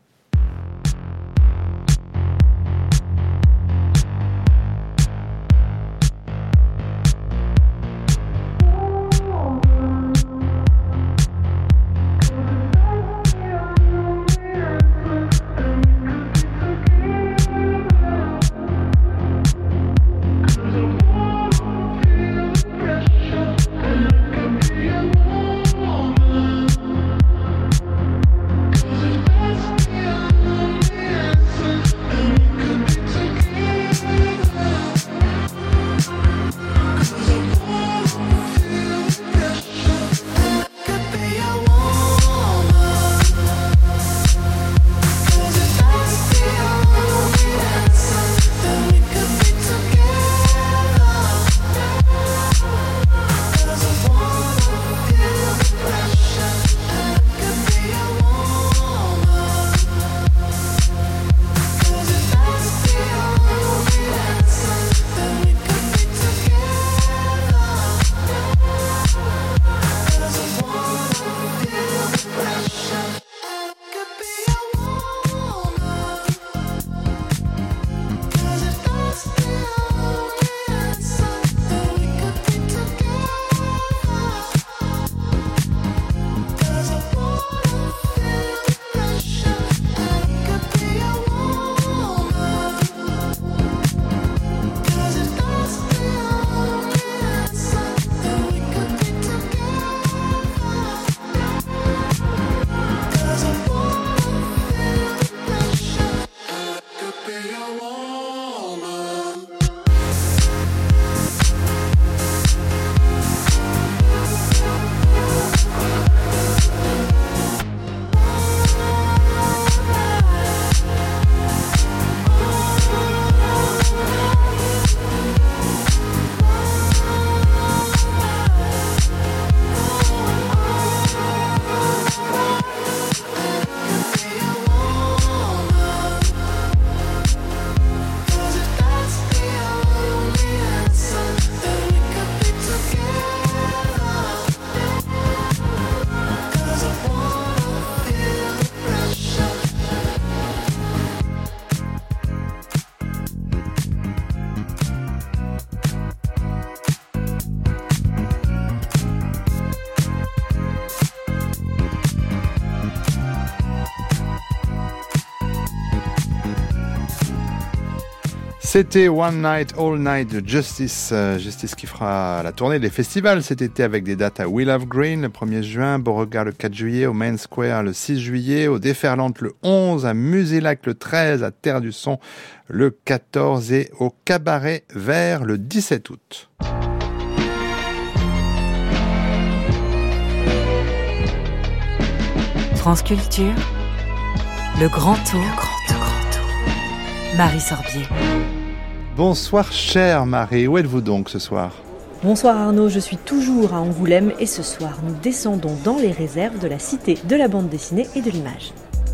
C'était One Night, All Night de Justice. Justice qui fera la tournée des festivals cet été avec des dates à Wheel of Green le 1er juin, Beauregard le 4 juillet, au Main Square le 6 juillet, au Déferlante le 11, à Musélac le 13, à Terre du Son le 14 et au Cabaret Vert le 17 août. France Culture, le grand tour. Marie Sorbier. Bonsoir chère Marie, où êtes-vous donc ce soir ? Bonsoir Arnaud, je suis toujours à Angoulême et ce soir nous descendons dans les réserves de la Cité de la bande dessinée et de l'image.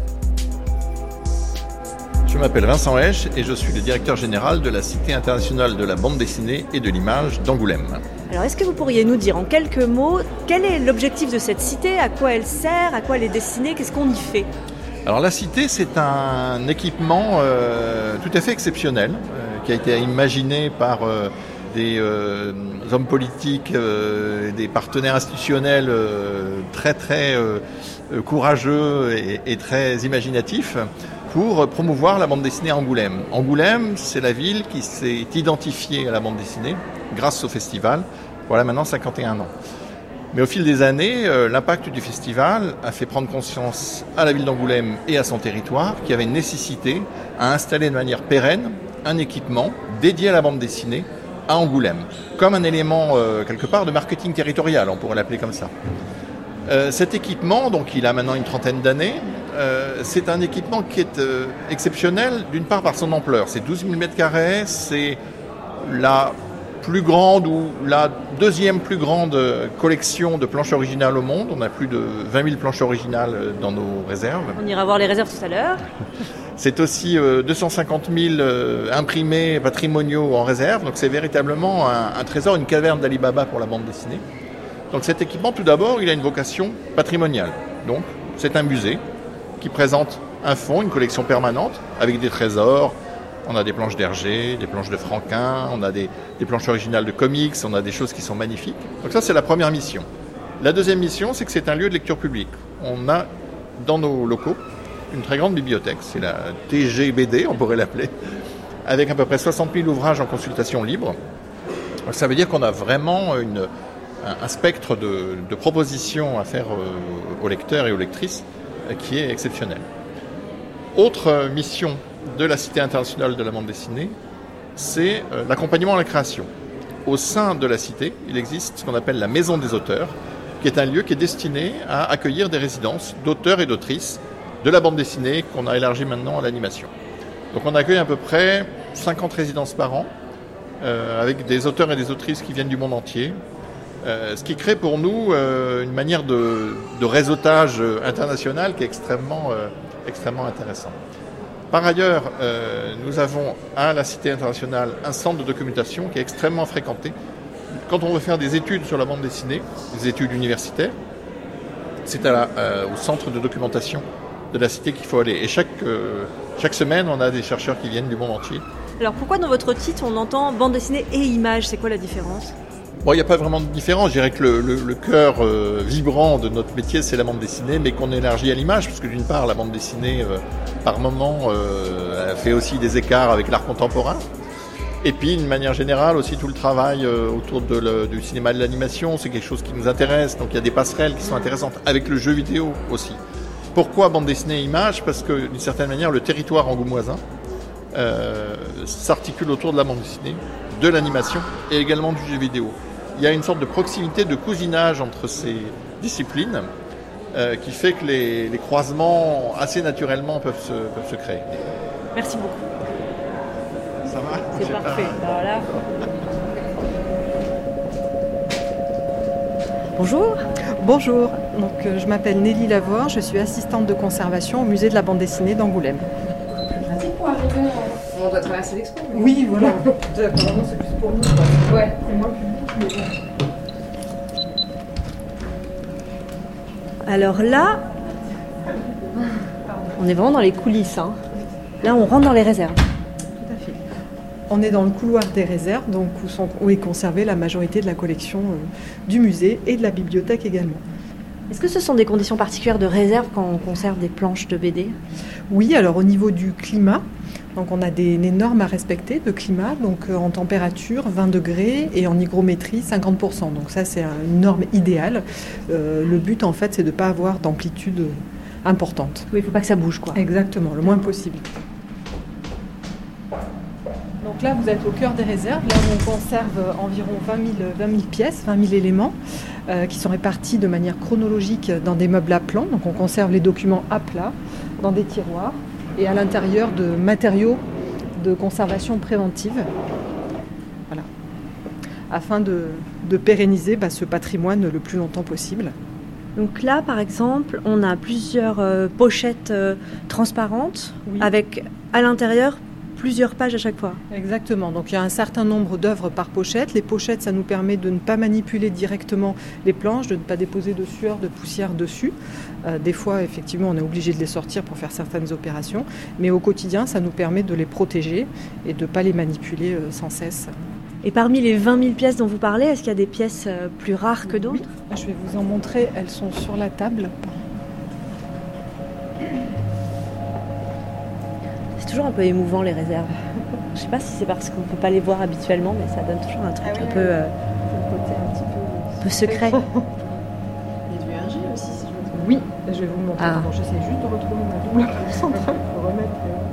Je m'appelle Vincent Hesch et je suis le directeur général de la Cité internationale de la bande dessinée et de l'image d'Angoulême. Alors est-ce que vous pourriez nous dire en quelques mots quel est l'objectif de cette cité, à quoi elle sert, à quoi elle est destinée, qu'est-ce qu'on y fait ? Alors la cité, c'est un équipement tout à fait exceptionnel qui a été imaginé par des hommes politiques, des partenaires institutionnels très courageux et très imaginatifs pour promouvoir la bande dessinée à Angoulême. Angoulême, c'est la ville qui s'est identifiée à la bande dessinée grâce au festival, voilà maintenant 51 ans. Mais au fil des années, l'impact du festival a fait prendre conscience à la ville d'Angoulême et à son territoire qu'il y avait une nécessité à installer de manière pérenne un équipement dédié à la bande dessinée à Angoulême, comme un élément quelque part de marketing territorial, on pourrait l'appeler comme ça. Cet équipement, donc il a maintenant une trentaine d'années, c'est un équipement qui est exceptionnel, d'une part par son ampleur. C'est 12 000 m², c'est la plus grande ou la deuxième plus grande collection de planches originales au monde. On a plus de 20 000 planches originales dans nos réserves. On ira voir les réserves tout à l'heure. C'est aussi 250 000 imprimés patrimoniaux en réserve. Donc c'est véritablement un trésor, une caverne d'Ali Baba pour la bande dessinée. Donc cet équipement, tout d'abord, il a une vocation patrimoniale. Donc c'est un musée qui présente un fonds, une collection permanente avec des trésors. On a des planches d'Hergé, des planches de Franquin, on a des planches originales de comics, on a des choses qui sont magnifiques. Donc ça, c'est la première mission. La deuxième mission, c'est que c'est un lieu de lecture publique. On a dans nos locaux une très grande bibliothèque, c'est la TGBD, on pourrait l'appeler, avec à peu près 60 000 ouvrages en consultation libre. Donc ça veut dire qu'on a vraiment un spectre de propositions à faire aux lecteurs et aux lectrices qui est exceptionnel. Autre mission de la Cité internationale de la bande dessinée, c'est l'accompagnement à la création. Au sein de la Cité, il existe ce qu'on appelle la Maison des auteurs, qui est un lieu qui est destiné à accueillir des résidences d'auteurs et d'autrices de la bande dessinée qu'on a élargi maintenant à l'animation. Donc on accueille à peu près 50 résidences par an, avec des auteurs et des autrices qui viennent du monde entier, ce qui crée pour nous une manière de réseautage international qui est extrêmement intéressant. Par ailleurs, nous avons à la Cité internationale un centre de documentation qui est extrêmement fréquenté. Quand on veut faire des études sur la bande dessinée, des études universitaires, c'est au centre de documentation de la Cité qu'il faut aller. Et chaque semaine, on a des chercheurs qui viennent du monde entier. Alors pourquoi dans votre titre, on entend bande dessinée et image ? C'est quoi la différence ? Bon, il n'y a pas vraiment de différence. Je dirais que le cœur vibrant de notre métier, c'est la bande dessinée, mais qu'on élargit à l'image, parce que d'une part, la bande dessinée, par moment, elle fait aussi des écarts avec l'art contemporain. Et puis, d'une manière générale, aussi tout le travail autour du cinéma et de l'animation, c'est quelque chose qui nous intéresse. Donc, il y a des passerelles qui sont intéressantes, avec le jeu vidéo aussi. Pourquoi bande dessinée et image ? Parce que, d'une certaine manière, le territoire angoumoisin s'articule autour de la bande dessinée, de l'animation et également du jeu vidéo. Il y a une sorte de proximité, de cousinage entre ces disciplines qui fait que les croisements assez naturellement peuvent se créer. Merci beaucoup. Ça va ? C'est parfait. Alors là... Bonjour. Bonjour. Donc, je m'appelle Nelly Lavore, je suis assistante de conservation au musée de la bande dessinée d'Angoulême. On doit traverser l'expo. Oui, voilà. Apparemment, c'est plus pour nous. Quoi. Ouais. C'est moins le public, mais bon. Alors là, on est vraiment dans les coulisses. Hein. Là, on rentre dans les réserves. Tout à fait. On est dans le couloir des réserves, donc où est conservée la majorité de la collection du musée et de la bibliothèque également. Est-ce que ce sont des conditions particulières de réserve quand on conserve des planches de BD ? Oui, alors au niveau du climat, Donc on a des normes à respecter de climat, donc en température 20 degrés et en hygrométrie 50%. Donc ça c'est une norme idéale. Le but en fait c'est de ne pas avoir d'amplitude importante. Oui, il ne faut pas que ça bouge quoi. Exactement, le moins possible. Donc là, vous êtes au cœur des réserves. Là, on conserve environ 20 000 pièces, 20 000 éléments qui sont répartis de manière chronologique dans des meubles à plan. Donc on conserve les documents à plat dans des tiroirs et à l'intérieur de matériaux de conservation préventive. Voilà. Afin de pérenniser ce patrimoine le plus longtemps possible. Donc là, par exemple, on a plusieurs pochettes transparentes avec à l'intérieur plusieurs pages à chaque fois. Exactement. Donc il y a un certain nombre d'œuvres par pochette. Les pochettes, ça nous permet de ne pas manipuler directement les planches, de ne pas déposer de sueur, de poussière dessus. Des fois, effectivement, on est obligé de les sortir pour faire certaines opérations. Mais au quotidien, ça nous permet de les protéger et de ne pas les manipuler sans cesse. Et parmi les 20 000 pièces dont vous parlez, est-ce qu'il y a des pièces plus rares que d'autres ? Oui. Je vais vous en montrer. Elles sont sur la table. C'est toujours un peu émouvant les réserves. Je ne sais pas si c'est parce qu'on ne peut pas les voir habituellement, mais ça donne toujours un truc un peu un peu secret. Il y a du RG aussi, si je me trompe. Oui, je vais vous le montrer. Bon, j'essaie juste de retrouver ma double centrale pour remettre.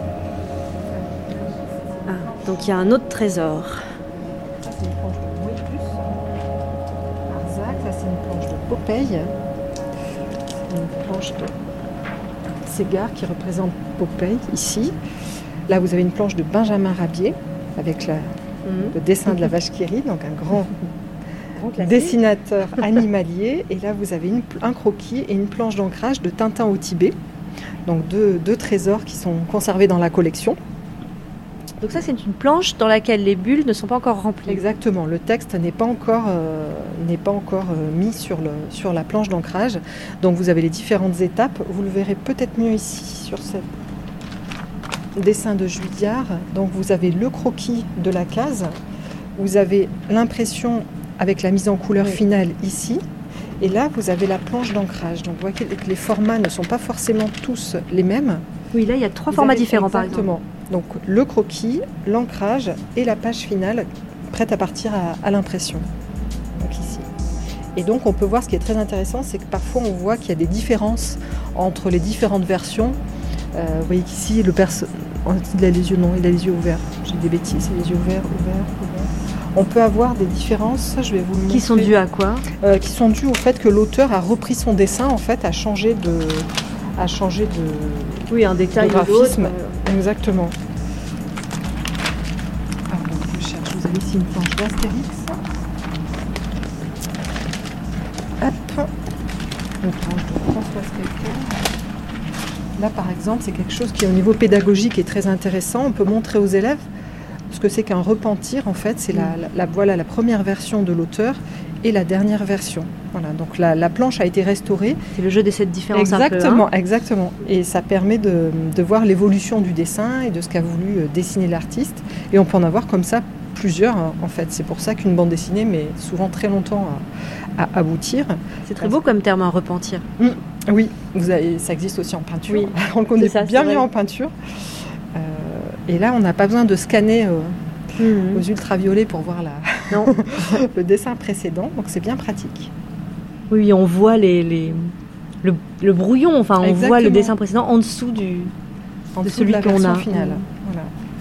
Donc il y a un autre trésor. Ça c'est une planche de Moebius, Arzac. Ça c'est une planche de Popeye, une planche de Ségard qui représente Popeye ici. Là, vous avez une planche de Benjamin Rabier avec le dessin de la vache qui rit, donc un grand dessinateur animalier. Et là, vous avez un croquis et une planche d'ancrage de Tintin au Tibet. Donc deux trésors qui sont conservés dans la collection. Donc ça, c'est une planche dans laquelle les bulles ne sont pas encore remplies. Exactement. Le texte n'est pas encore mis sur la planche d'ancrage. Donc vous avez les différentes étapes. Vous le verrez peut-être mieux ici sur ce dessin de Juillard. Donc vous avez le croquis de la case. Vous avez l'impression avec la mise en couleur finale ici. Et là, vous avez la planche d'ancrage. Donc vous voyez que les formats ne sont pas forcément tous les mêmes. Oui, là, il y a 3 formats différents, par exemple. Exactement. Donc le croquis, l'ancrage et la page finale prête à partir à l'impression. Donc ici. Et donc on peut voir, ce qui est très intéressant, c'est que parfois on voit qu'il y a des différences entre les différentes versions. Vous voyez qu'ici, il a les yeux, non, il a les yeux ouverts. J'ai des bêtises, les yeux ouverts. On peut avoir des différences, je vais vous le montrer. Qui sont dues à quoi ? Qui sont dues au fait que l'auteur a repris son dessin, en fait, a changé de oui, un détail de graphisme. Exactement. Alors, je cherche, vous avez ici une planche d'Astérix. Hop. Une planche de François Skelter. Là, par exemple, c'est quelque chose qui, au niveau pédagogique, est très intéressant. On peut montrer aux élèves ce que c'est qu'un repentir. En fait, c'est la première version de l'auteur et la dernière version. Voilà, donc la planche a été restaurée. C'est le jeu des 7 différences. Exactement, exactement. Et ça permet de voir l'évolution du dessin et de ce qu'a voulu dessiner l'artiste. Et on peut en avoir comme ça plusieurs, en fait. C'est pour ça qu'une bande dessinée met souvent très longtemps à aboutir. C'est très beau comme terme, un repentir. Oui, ça existe aussi en peinture. Oui, on le connaît bien mieux en peinture. Et là, on n'a pas besoin de scanner aux ultraviolets pour voir le dessin précédent. Donc c'est bien pratique. Oui, on voit le brouillon, enfin on voit le dessin précédent en dessous de celui qu'on a. Finale. Voilà.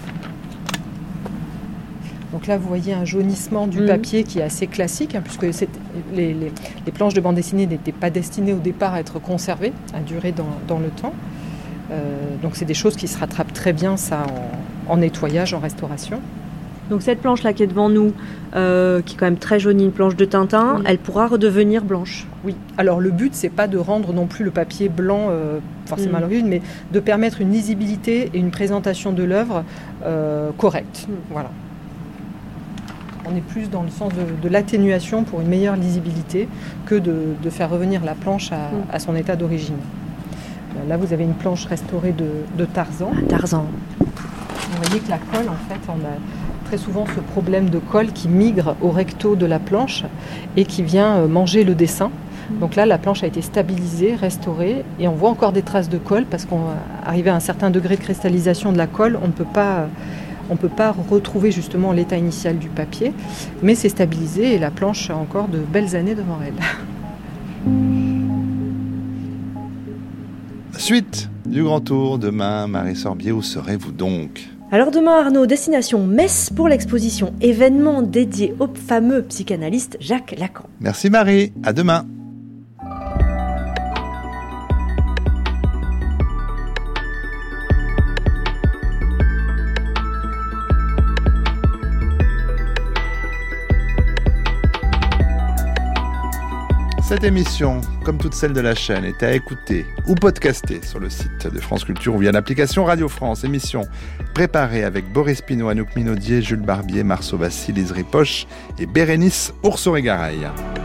Donc là, vous voyez un jaunissement du papier qui est assez classique, puisque les planches de bande dessinée n'étaient pas destinées au départ à être conservées, à durer dans le temps. Donc c'est des choses qui se rattrapent très bien, ça, en nettoyage, en restauration. Donc cette planche-là qui est devant nous, qui est quand même très jaunie, une planche de Tintin, elle pourra redevenir blanche. Oui. Alors le but, c'est pas de rendre non plus le papier blanc forcément à l'origine, mais de permettre une lisibilité et une présentation de l'œuvre correcte. Voilà. On est plus dans le sens de l'atténuation pour une meilleure lisibilité que de faire revenir la planche à son état d'origine. Là, vous avez une planche restaurée de Tarzan. Tarzan. Vous voyez que la colle, en fait, on a très souvent ce problème de colle qui migre au recto de la planche et qui vient manger le dessin. Donc là, la planche a été stabilisée, restaurée, et on voit encore des traces de colle, parce qu'arrivé à un certain degré de cristallisation de la colle, on ne peut pas retrouver justement l'état initial du papier, mais c'est stabilisé et la planche a encore de belles années devant elle. Suite du Grand Tour, demain, Marie Sorbier, où serez-vous donc ? Alors demain, Arnaud, destination Metz pour l'exposition événement dédié au fameux psychanalyste Jacques Lacan. Merci Marie, à demain. Cette émission, comme toutes celles de la chaîne, est à écouter ou podcaster sur le site de France Culture ou via l'application Radio France. Émission préparée avec Boris Pinot, Anouk Minaudier, Jules Barbier, Marceau Bassi, Lise Ripoche et Bérénice Oursoré-Garay.